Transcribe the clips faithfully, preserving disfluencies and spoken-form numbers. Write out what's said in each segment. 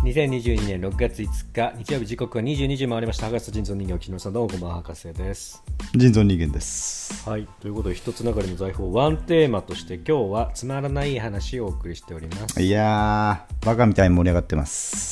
にせんにじゅうにねんろくがついつか日曜日、時刻はにじゅうにじ回りました。博士人造人間木野さん、どうもこんばんは、博士です。 人造人間です。 はい、ということで一つ流れの財宝ワンテーマとして今日はつまらない話をお送りしております。 いやーバカみたいに盛り上がってます。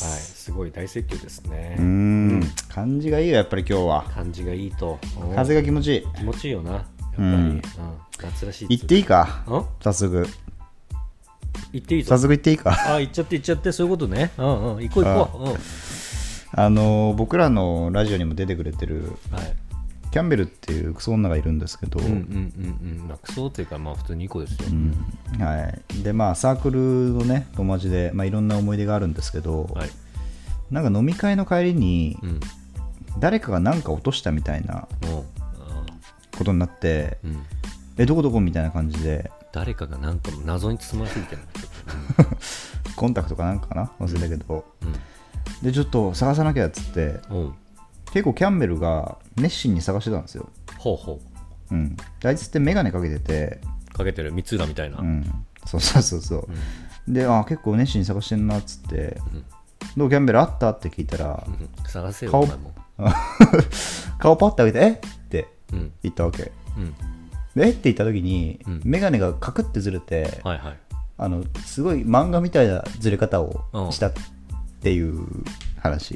はい、すごい大盛況ですね。 うーん、うん、感じがいいよやっぱり今日は。 感じがいいと。 風が気持ちいい。 気持ちいいよな。やっぱり、うんうん、夏らしい。 行っていいか。早速。 行っていいぞ。 早速行っていいか。 あ、行っちゃって行っちゃって、そういうことね。うんうん、行こう行こう。うん、 あの僕らのラジオにも出てくれてる、 はい、 キャンベルっていうクソ女がいるんですけど、 うんうんうんうん、まあ、クソっていうかまあ普通にいい子ですよ。 うん、はい。でまあサークルのね友達で、まあ、いろんな思い出があるんですけど、はい、なんか飲み会の帰りに、うん、誰かが何か落としたみたいなことになって、うん、えどこどこみたいな感じで。 誰かがなんか謎に包まれすぎてるコンタクトかなんかかな忘れたけど、うん、でちょっと探さなきゃっつって、うん、結構キャンベルが熱心に探してたんですよ。 ほうほう、うん、あいつってメガネかけててかけてる三浦みたいな、 うん、そうそうそうそう、うん、であ結構熱心に探してんなっつって、うん、どうキャンベルあったって聞いたら、うん、 探せよ顔お前も顔パッて上げてえって言ったわけ、うんうんえって言った時に、うん、メガネがカクってずれて、はいはい、あのすごい漫画みたいなずれ方をしたっていう話。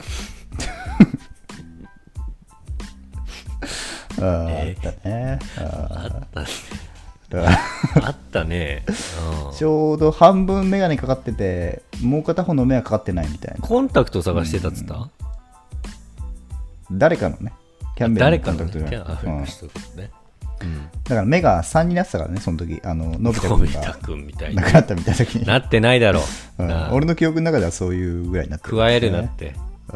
あ, あったね。 あったね。あったね。 ちょうど半分メガネかかってて、もう片方の目はかかってないみたいな。 コンタクトを探してたっつった、うん、 誰かのね。キャンベルのコンタクトじゃない。 誰かのね。キャンベルのね。 うん、だから目がさんになってたからね、その時あののび太くんがなくなったみたいな時になってないだろう、 うん、俺の記憶の中ではそういうぐらいになってる、ね、 加えるなって、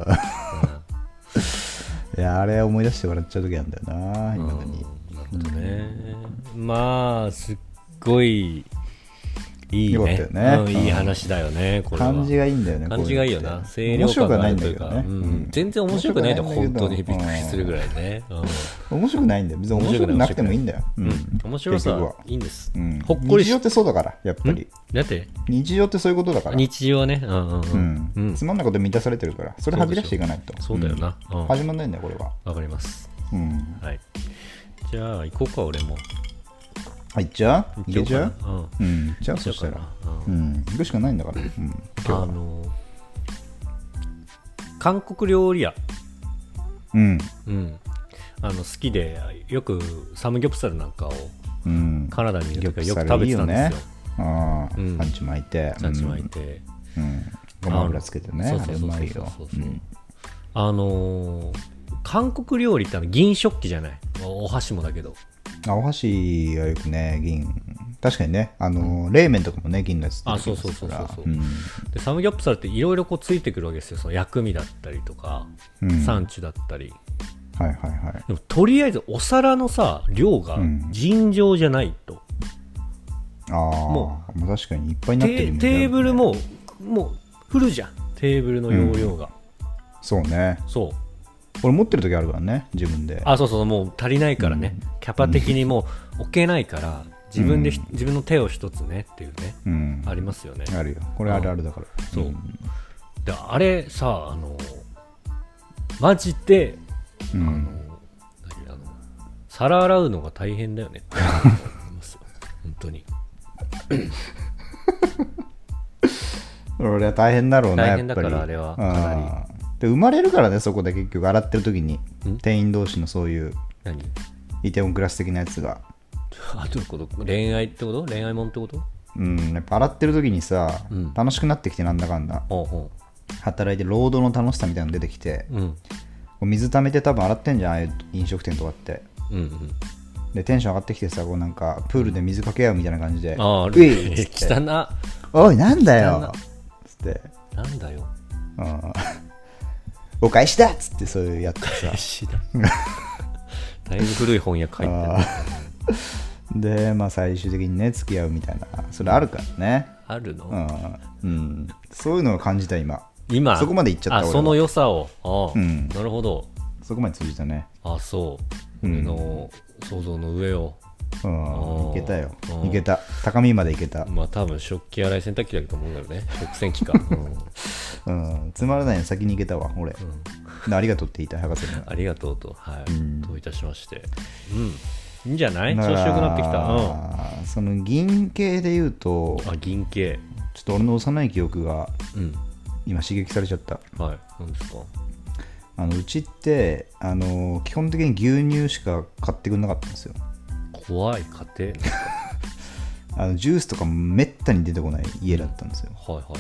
うん、いやあれ思い出して笑っちゃう時なんだよな今だに。 なるほどね、うん、まあすっごいいいね、よかったよね、うん、いい話だよね、これは。 感じがいいんだよね。 感じがいいよな。 清涼感があるというか、ね、うん、 全然面白くないんだよ、本当にびっくりするぐらいね。 うん、面白くないんだよ。別に面白くなくてもいいんだよ。 うん、面白さはいいんです。 うん、ほっこりし。日常ってそうだから、やっぱり。 だって日常ってそういうことだから。 日常はね、うんうんうんうん、つまんないこと満たされてるから、それ吐き出していかないと。 そうだよな。 うん、始まんないんだよ、これは。 わかります。 うん、 はい。じゃあ行こうか、俺も。 あ、行っちゃう行けちゃううん。行っちゃうそしたら。うん。行くしかないんだから。うん。 あの、韓国料理屋。 うん。 うん。あの、好きで、よくサムギョプサルなんかを、うん、カナダにいるときはよく食べてたんですよ。 ああ、サンチ巻いて。 サンチ巻いて。 うん。ごま油つけてね。 そうそうそうそう。あの、韓国料理ってあの銀食器じゃない。お箸もだけど。 あお箸はよくね銀確かにねあの、うん、冷麺とかもね銀のやつあそうそうそうそうそう、うん、でサムギョプサルっていろいろこうついてくるわけですよ。その薬味だったりとか、うん、サンチュだったり、 はいはいはい。 でもとりあえずお皿のさ量が尋常じゃないと、 うん、ああもう確かにいっぱいになってる、ね、 テーブルももうフルじゃんテーブルの容量が、うん、 そうねそう俺持ってる時あるからね自分で。 あそうそうもう足りないからね、うん、キャパ的にもう置けないから自分で、うん、自分の手を一つねっていうね、うん、ありますよね。 あるよこれあるあるだから、 うん、そう、うん、であれさあのマジで、うん、あの何あの皿洗うのが大変だよねって思います本当に俺は大変だろうね。 大変だからあれはかなりで生まれるからねそこで結局洗ってる時に店員同士のそういう何イテウォンクラス的なやつがあどういうこと恋愛ってこと恋愛もんってことうんやっぱ洗ってる時にさ、うん、楽しくなってきてなんだかんだおうおう働いて労働の楽しさみたいなの出てきて、うん、水溜めて多分洗ってんじゃんああいう飲食店とかって、うんうん、でテンション上がってきてさこうなんかプールで水かけ合うみたいな感じで、うん、 ああれ汚なおいなんだよつってなんだようんお返しだっつってそういうやつさだいぶ古い翻訳入ってるでまあ最終的にね付き合うみたいなそれあるからね。 あるの、 うん、うん、そういうのを感じた今今そこまでいっちゃった。 あその良さをあ、うん、なるほどそこまで通じたね。 あそう俺の想像の上を、 うん、いけたよいけた高みまでいけた。 まあ多分食器洗い洗濯機だと思うんだよね食洗機か、うんうん、つまらないの先に行けたわ俺、うん、ありがとうって言いたい博士にありがとうと、はい、うん、どういたしまして、うん、いいんじゃない？調子よくなってきた、 うん、その銀系で言うと、 あ、銀系、 ちょっと俺の幼い記憶が、うん、今刺激されちゃった。 はい、何ですか？ あのうちってあの基本的に牛乳しか買ってくれなかったんですよ。 怖い家庭あのジュースとかめったに出てこない家だったんですよ、 うん、はいはい。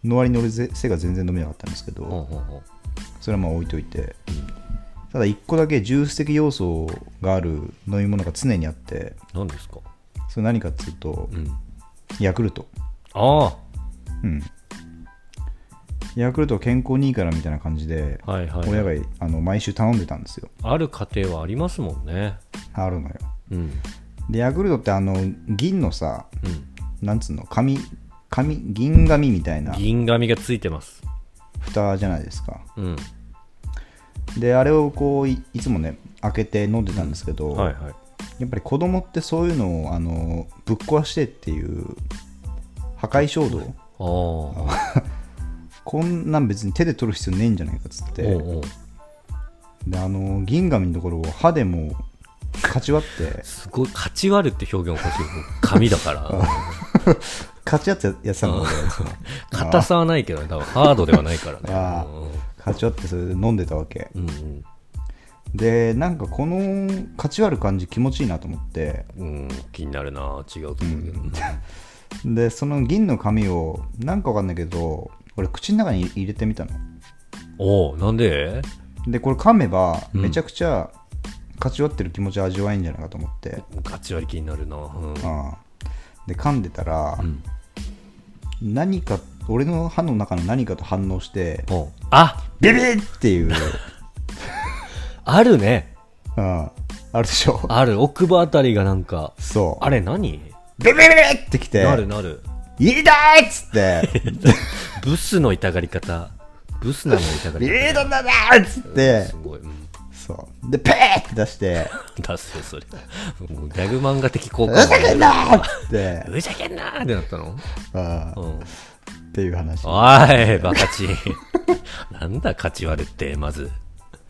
の割に俺背が全然飲めなかったんですけど、 ほうほうほう、 それはまあ置いといて、うん、ただ一個だけジュース的要素がある飲み物が常にあって、 何ですか？ それ何かっていうと、うん、ヤクルト。 ああ、 うん、ヤクルト健康にいいからみたいな感じで、はいはいはい、親があの毎週頼んでたんですよ。 ある家庭はありますもんね。 あるのよ、 うん、 でヤクルトってあの銀のさ、うん、なんつうの紙紙銀紙みたいな銀紙がついてます蓋じゃないですか、 うん、 であれをこう い, いつもね開けて飲んでたんですけど、 うんはいはい、 やっぱり子供ってそういうのをあのぶっ壊してっていう破壊衝動、あこんなん別に手で取る必要ねえんじゃないかっつって、おうおう、であの銀紙のところを歯でもかち割ってすごいかち割るって表現おかしい紙だからかち割ってやってたの硬さはないけどね、多分ハードではないからねあかち割ってそれで飲んでたわけ、うんうん、でなんかこのかち割る感じ気持ちいいなと思って、 うん、気になるな、違うと思うけど、 うん、でその銀の紙をなんかわかんないけど俺口の中に入れてみたの。 おお、なんで？ でこれ噛めばめちゃくちゃ、うんかち割ってる気持ち味わえんじゃないかと思って。 かち割り気になるな、うん、 あで噛んでたら、うん、何か俺の歯の中の何かと反応してあビビッっていうあるね、 うん、あるでしょ。 ある、奥歯あたりがなんかそうあれ何ビビビビってきてなるなる痛いっつってブスの痛がり方、ブスなの痛がり方いいのだなっつって、すごい、うん、そうでペーって出して出すよそれもうギャグ漫画的効果うざけんなーってうざけんなーってなったのあ、うん、っていう話。 おいバカチなんだカチ割るってまず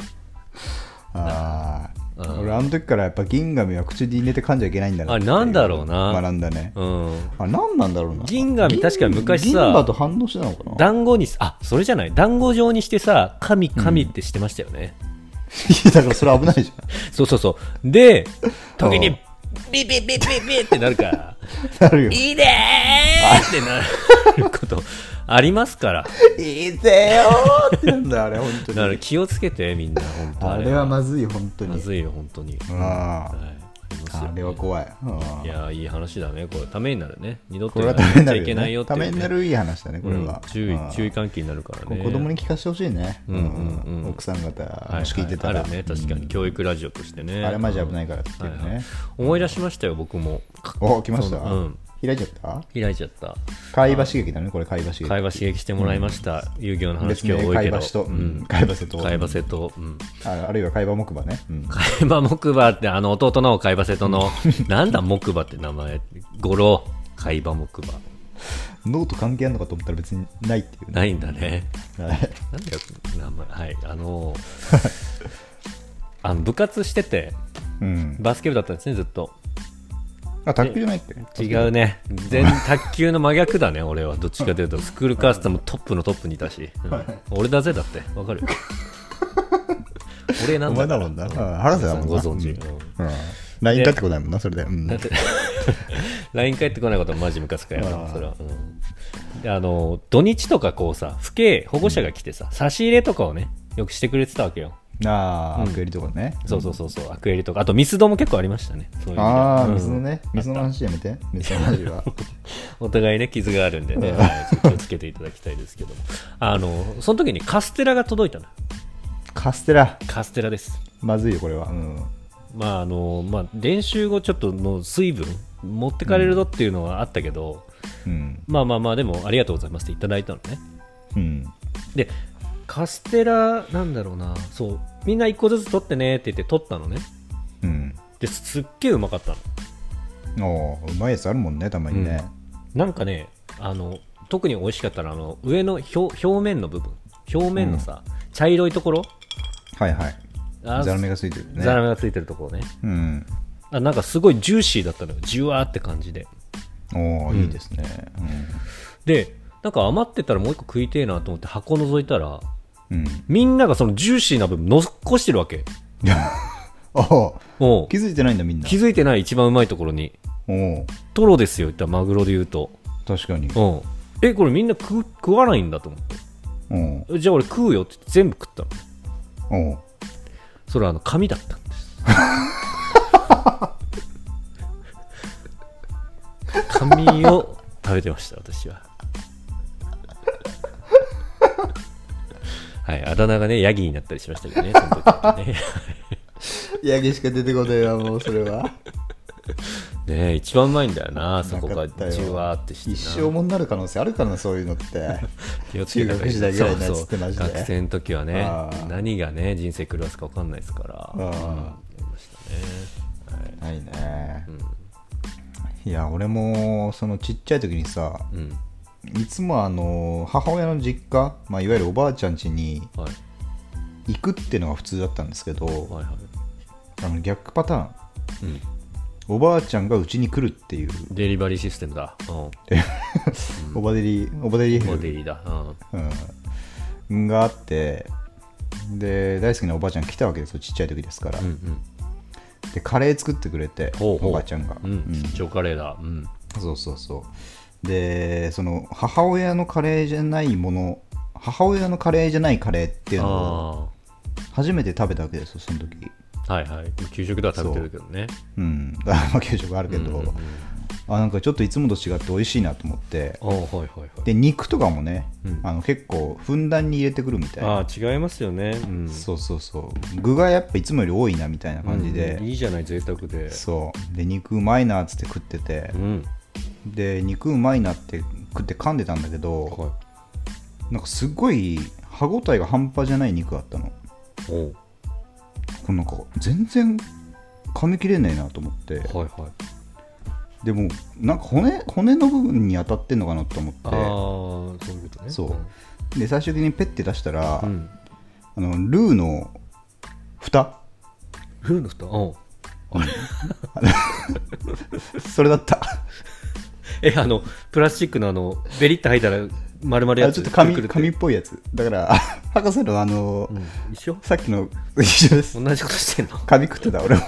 ああ、俺あの時からやっぱ銀紙は口に入れて噛んじゃいけないんだなってあれなんだろうな学んだね、うん、あ何なんだろうな。 銀紙確かに昔さ銀歯と反応してたのかな。 団子にあそれじゃない団子状にしてさ紙紙ってしてましたよね、うんだからそれ危ないじゃんそうそうそうで時にビビビビビってなるからなるよいいねーってなることありますからいいぜよーってなんだあれ本当に。 だから気をつけてみんな本当あ, あれはまずい本当にまずいよ本当に。 あ、はいあれは怖い。 いやいい話だねこれ。ためになるね。二度とやっちゃいけないよって、ね、ためになるいい話だねこれは、 うん、注意注意喚起になるからね。 子供に聞かせてほしいね、うんうんうん、奥さん方もし聞いてたら、 はいはい、あるね確かに、うん、教育ラジオとしてね。 あれマジ危ないからっていうね、はいはい、 思い出しましたよ僕も。 お来ました、うん、開いちゃった開いちゃった会話刺激だねこれ。会話刺激会話刺激してもらいました、うん、遊戯王の話今日多いけど、 会話と、うん、会話瀬戸会話瀬戸、うん、 あ, あるいは会話木馬ね、うん、 会話木馬ってあの弟の会話瀬戸のなんだ木馬って名前語呂会話木馬脳と関係あるのかと思ったら別にないっていう、 ね、ないんだね、はい、なんだよ名前。はいあのあの部活してて、うん、バスケ部だったんですねずっと。 あ卓球じゃないっけ。 違うね全卓球の真逆だね俺は。どっちかというとスクールカーストもトップのトップにいたし、うん、俺だぜだってわかる俺なんだからお前だもんな。原瀬だもんなご存知、うんうん、ライン 返ってこないもんなそれで、うん、 ライン 返ってこないことはマジムカつかやなそれは、うん、であの土日とかこうさ父兄保護者が来てさ、うん、差し入れとかをねよくしてくれてたわけよ。 ああ、うん、アクエリとかね。 そうそうそうそうアクエリとかあとミスドも結構ありましたね。そういうああ、うん、ミスドね。ミスドの話やめて。ミスドの話はお互いね傷があるんでね、はい、気をつけていただきたいですけどもあのその時にカステラが届いたの。 カステラカステラです。 まずいよこれは、うん、 まああのまあ練習後ちょっとの水分持ってかれるぞっていうのはあったけど、うん、まあまあまあでもありがとうございますっていただいたのね、うん、でカステラなんだろうなそうみんないっこずつ取ってねって言って取ったのね、うん、ですっげえうまかったの。 おうまいやつあるもんねたまにね、 うん、なんかねあの特に美味しかったのはあの上の表、表面の部分、表面のさ、うん、茶色いところ、 はいはい、ザラメがついてるね。 ザラメがついてるところね、 うん、 あなんかすごいジューシーだったのよ、じゅわーって感じで。 おー、うん、いいですね、うん、 でなんか余ってたらもう一個食いてえなと思って箱覗いたら、 うん、 みんながそのジューシーな部分残してるわけ。 あお気づいてないんだみんな。 気づいてない。一番うまいところにおトロですよ、言ったらマグロで言うと。 確かに。 うんえこれみんな 食, 食わないんだと思って、おじゃあ俺食うよって言って全部食ったの。 おそれはあの紙だったんです紙を食べてました私は。はい、あだ名がねヤギになったりしましたけどね、その時はね。 ヤギしか出てこないわもうそれは。 ねえ一番うまいんだよな、そこがじゅわーってしてな。 一生もになる可能性あるからな、そういうのって。 気をつけて中学時代ぐらいのやつってマジで。 学生の時はね、何がね人生狂わすか分かんないですから。あ、うん、やりましたね。 はい、ないね、うん。いや俺もそのちっちゃい時にさ、うん、いつもあの母親の実家、まあ、いわゆるおばあちゃん家に行くっていうのが普通だったんですけど、はいはいはい、あの逆パターン、うんおばあちゃんがうちに来るっていうデリバリーシステムだ。 うん、おばデリおばデリおばデリだ、 うんうん、があって、で大好きなおばあちゃん来たわけですよ、ちっちゃい時ですから、うんうん、でカレー作ってくれて、ほうほうおばあちゃんが、 うんうん、出張カレーだ、うん、 そうそうそうでその母親のカレーじゃないもの母親のカレーじゃないカレーっていうのを初めて食べたわけですよ、その時。 はいはい、給食では食べてるけどね。 う、うん、まあ給食あるけど、うんうんうん、あなんかちょっといつもと違って美味しいなと思って、 はいはいはい、 で肉とかもね、うん、あの結構ふんだんに入れてくるみたいな。 あ違いますよね、うん、 そうそうそう具がやっぱいつもより多いなみたいな感じで、 うん、いいじゃない贅沢で。 そうで肉うまいなっつって食ってて、うん、で肉うまいなって食って噛んでたんだけど、はい、なんかすごい歯ごたえが半端じゃない肉があったの。おこれなんか全然噛み切れねえなと思って、はいはい、でもなんか 骨, 骨の部分に当たってんのかなと思って、あそういうことね。 そう、うん、で最終的にペッて出したら、うん、あのルーの蓋ルーの蓋おう、うん、 それだった。 えあのプラスチックのあのベリッと入ったら丸々やつ、 ちょっと 紙, 紙っぽいやつだから博士のあの、うん、一緒さっきの一緒です。 同じことしてんの。 紙食ってた俺も。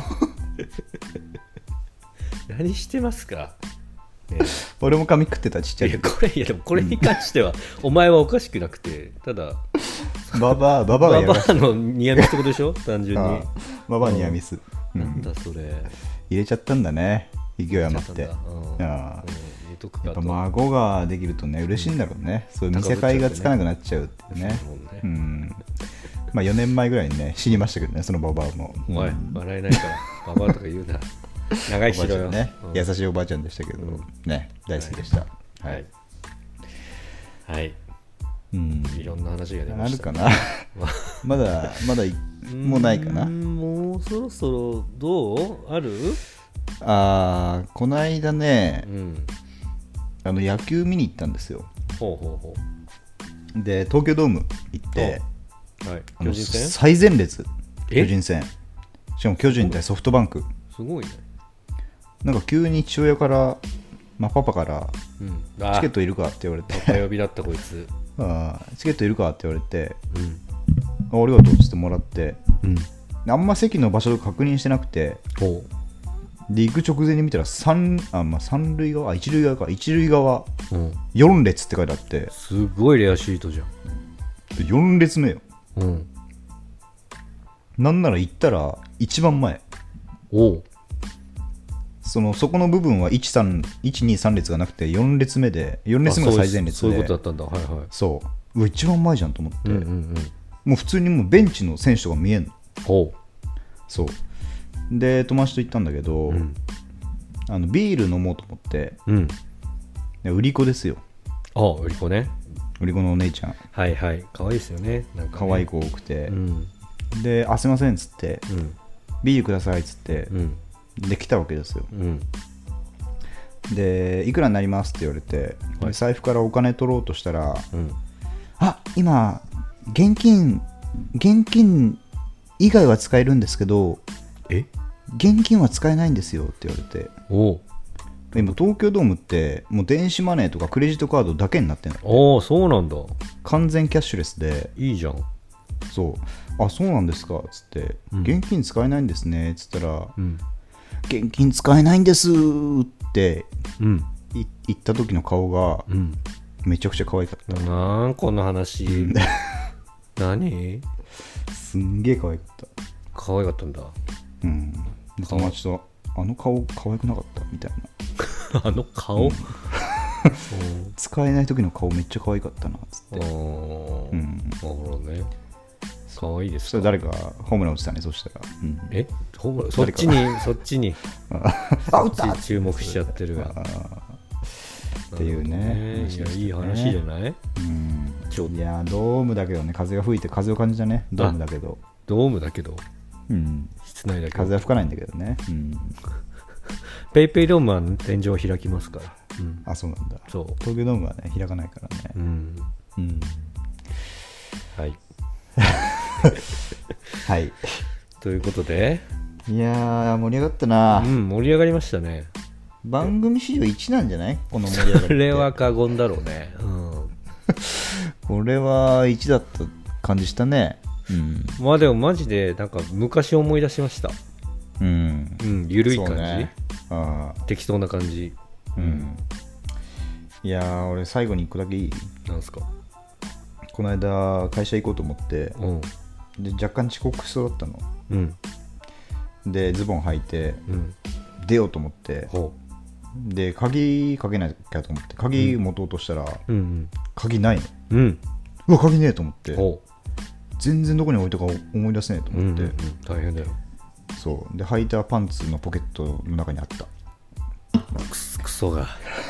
何してますか、ね、 俺も紙食ってたちっちゃい。 いやこれいやでもこれに関しては、うん、お前はおかしくなくて、ただババアババアがやババアのニアミスってことでしょ単純に。 ババアニアミス、 うん、なんだそれ入れちゃったんだね、勢い余って。あやっぱ孫ができるとね嬉しいんだろうね、うん、そういう見せかいがつかなくなっちゃうっていうね、ね、うん、まあよねんまえぐらいにね死にましたけどね、そのババアも。 お前、うん、笑えないからババアとか言うな。長いしろよね、うん、優しいおばあちゃんでしたけど、うん、ね大好きでした。はい、 はいはい、うん、いろんな話が出ました、 ね、あるかな。まだまだもうないかな。 もうそろそろどうある？ あこの間ね、うん、あの野球見に行ったんですよ。 ほうほうほうで東京ドーム行って、 はい、巨人戦最前列、巨人戦、しかも巨人対ソフトバンク。 すごいね。 なんか急に父親から、まあ、パパから、うん、チケットいるかって言われて、 パパ呼びだったこいつ。 あチケットいるかって言われて、うん、あありがとうってもらって、うん、あんま席の場所を確認してなくて、ほうで行く直前に見たら三あ、まあ、三塁側あ一塁側か一塁側、うん、よん列って書いてあって、 すごいレアシートじゃん。 よん列目よ、うん、なんなら行ったら一番前。 おうそのそこの部分はいち、に、さん列がなくてよん列目で、よん列目が最前列で、 そういうことだったんだ。はいはい。 そうう一番前じゃんと思って、うんうんうん、もう普通にもうベンチの選手とか見えんの。 ほうそうで友達と行ったんだけど、うん、あのビール飲もうと思って、うん、売り子ですよ。 ああ売り子ね。 売り子のお姉ちゃん、 はいはい、可愛いですよね。なんかね可愛い子多くて、うん、であすいませんっつって、うん、ビールくださいっつって、うん、で来たわけですよ、うん、 でいくらになりますって言われて、はい、財布からお金取ろうとしたら、うん、あ今現金現金以外は使えるんですけどえ現金は使えないんですよって言われて、 お今東京ドームってもう電子マネーとかクレジットカードだけになってんだって。 おそうなんだ。 完全キャッシュレスで。 いいじゃん。 そうあそうなんですかっつって、うん、現金使えないんですねっつったら、うん、現金使えないんですって、うん、い言った時の顔が、うん、めちゃくちゃ可愛かった。 なんこの話何すんげえ可愛かった。 可愛かったんだ。 うん友達とあの顔可愛くなかったみたいなあの顔、うん、 使えない時の顔めっちゃ可愛かったなっつって。 うん、なるほどね。可愛いですか。 それ誰かホームラン打ってたね。そしたら、うん、 えホームランそっちにそっちにあ打った注目しちゃってるわっていうね。 いやいい話じゃない。 うん、いやドームだけどね、風が吹いて風を感じたね。ドームだけどドームだけど、 うん、 室内だけど風は吹かないんだけどね。うん、 ペイペイドームは天井開きますから、 うん、あそうなんだ。 そう東京ドームはね開かないからね。 うんうん、はいはいということで、 いやー盛り上がったな。 うん盛り上がりましたね。 番組史上いちなんじゃないこの盛り上がりって。 これは過言だろうね、うん、 これはいちだった感じしたね。うん、 まあでもマジでなんか昔思い出しました。 うん、 うん、ゆるい感じ、 ね、あ適当な感じ、 うんうん、いやー俺最後にいっこだけいい？ なんすか。 この間会社行こうと思って、うん、で若干遅刻しそうだったの、うん、でズボン履いて、うん、出ようと思って、で鍵かけなきゃと思って鍵持とうとしたら、うんうん、鍵ないの、うん、うわ鍵ねえと思って、全然どこに置いたか思い出せねえと思って、うんうんうん、 大変だよ。 そうで履いたパンツのポケットの中にあった。 クソ、クソが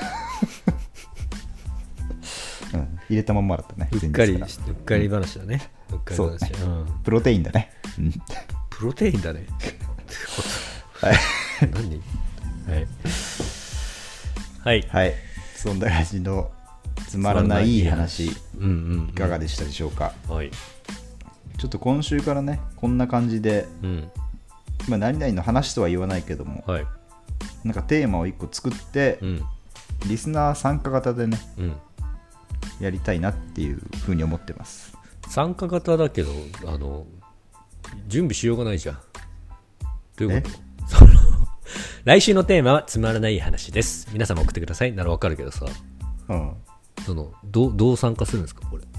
うん、入れたまんまだったね。 うっかりうっかり話だね、うん、うっかり話、 ねうん、プロテインだね、うん、 プロテインだねはい何はいはい、 はい、そんな感じのつまらないいい話、いかがでしたでしょうか。 はい、 ちょっと今週からねこんな感じで、うんまあ、何々の話とは言わないけども、はい、なんかテーマをいっこ作って、うん、リスナー参加型でね、うん、やりたいなっていうふうに思ってます。 参加型だけどあの準備しようがないじゃん。どういうこと？来週のテーマはつまらない話です。皆様送ってくださいならわかるけどさ、うん、その ど, どう参加するんですかこれ。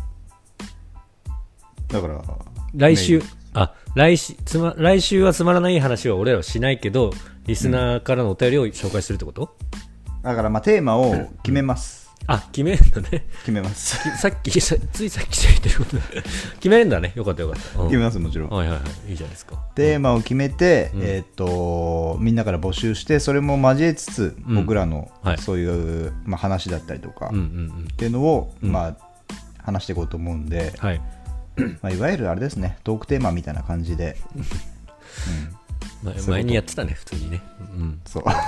だから来週あ来週つ、ま、来週はつまらない話は俺らはしないけどリスナーからのお便りを紹介するってこと、 うん、だからまあテーマを決めます、 うん、あ決めるんだね。 決めますさっきさついさっき言ってること決めるんだね。よかったよかった、うん、 決めますもちろん。 はいはいはいいいじゃないですか。 テーマを決めて、うん、えー、っとみんなから募集してそれも交えつつ、うん、僕らのそういう、はいまあ、話だったりとか、うんうんうん、っていうのを、うんまあ、話していこうと思うんで、はいまあ、いわゆるあれですねトークテーマみたいな感じで、 うん、前にやってたね普通にね、うん、 そう、はい、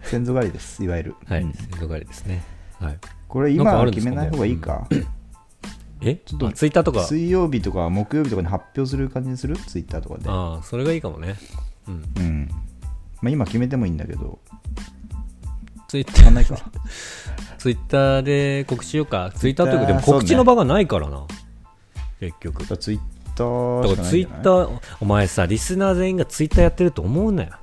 先祖返りですいわゆる、 はい、うん、先祖返りですね、はい、 これ今は決めない方がいいか、うん、 えちょっとツイッターとか水曜日とか木曜日とかに発表する感じにするツイッターとかで。 ああそれがいいかもね。うん、うんまあ、今決めてもいいんだけどツイッターないかツイッターで告知しようか。ツイッターというかでも告知の場がないからな、結局。 ツイッターしかないんじゃない？ ツイッターお前さリスナー全員がツイッターやってると思うなよ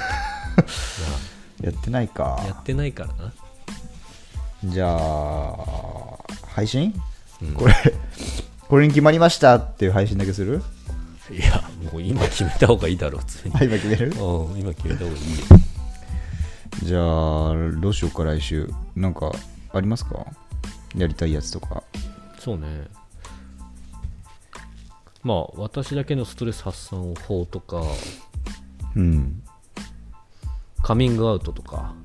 やってないか。 やってないからな。 じゃあ配信、うん、これこれに決まりましたっていう配信だけする？ いやもう今決めた方がいいだろう普通に。 今決める？ うん今決めた方がいい。 じゃあどうしようか。来週なんかありますか？やりたいやつとか。 そうねまあ私だけのストレス発散法とか、うん、カミングアウトとか。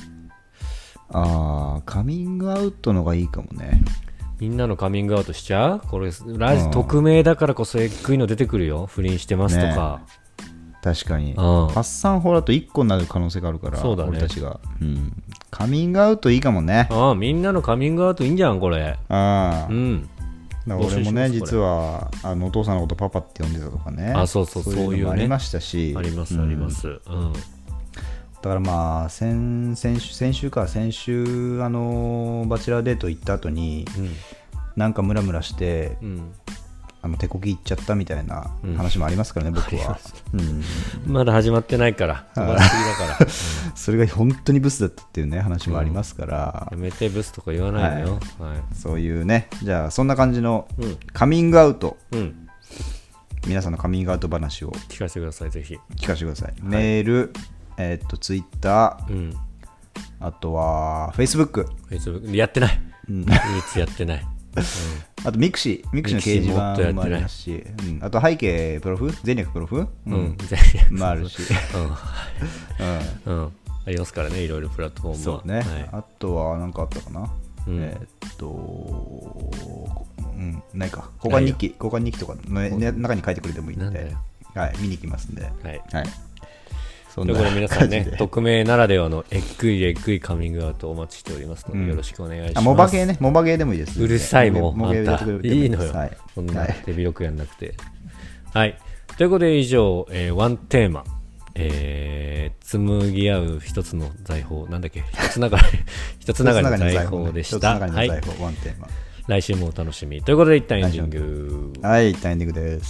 ああカミングアウトのがいいかもね。 みんなのカミングアウトしちゃう？これラジ匿名だからこそえっくいの出てくるよ。不倫してますとか、 確かに。 うん発散法だといっこになる可能性があるから、 そうだね俺たちが。うん。カミングアウトいいかもね。 ああ、みんなのカミングアウトいいんじゃん、これ。 ああ。 うん。 だから俺もね、 募集します実はあのお父さんのことパパって呼んでたとかね。 あ、そうそう、 そうそういうね。 いうのもありましたし。 あります、 うんあります。うん。 だからまあ先、先週、先週か、先週、あの、バチェラーデート行った後に、なんかムラムラして、 うん。うんあの手こき行っちゃったみたいな話もありますからね、うん、僕は、うん、 まだ始まってないから飛ばしすぎだから、うん、 それが本当にブスだったっていうね話もありますから、 うん、やめてブスとか言わないのよ、 はいはい、 そういうね。じゃあそんな感じのカミングアウト、うん、皆さんのカミングアウト話を聞かせてください。ぜひ聞かせてください、はい、メール、えー、っとツイッター、 うん、 あとはフェイスブック、 フェイスブックやってない、うん、唯一やってないうん、 あとミクシー、ミクシーの掲示板もありますし、うん、あと背景プロフ、全略プロフ、 うん、 もあるし、 うんうん、ありますからね、いろいろプラットフォームそうね、はい、あとは何かあったかな、うん、えー、っと、うん、ないか、交換日記、交換日記とかの、ね、中に書いてくれてもいいので、はい、見に行きますんで、はい。はい、 ということで皆さんね、匿名ならではのえっぐいえっぐいカミングアウトをお待ちしておりますので、うん、よろしくお願いします。あ、 モバゲーね、モバゲーでもいいです、ね。 うるさいもん、 モバゲーあんたいいのよ、はい、そんな手広くやんなくて。はい、ということで以上、えー、ワンテーマ、えー、紡ぎ合う一つの財宝、なんだっけ、一つながり、一つながりの財宝でした。はい、ワンテーマ。来週もお楽しみ。ということで一旦エンディング。 はい、一旦エンディングです。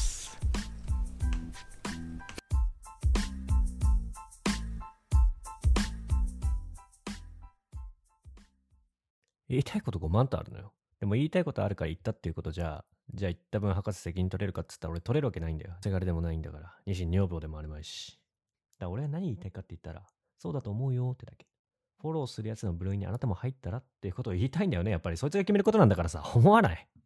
言いたいことごまんとあるのよ。でも言いたいことあるから言ったっていうことじゃ、じゃあ言った分博士責任取れるかっつったら俺取れるわけないんだよ。せがれでもないんだから。二心女房でもあるまいし。だから俺は何言いたいかって言ったら、そうだと思うよってだけ。フォローするやつの部類にあなたも入ったらっていうことを言いたいんだよね。やっぱりそいつが決めることなんだからさ、思わない。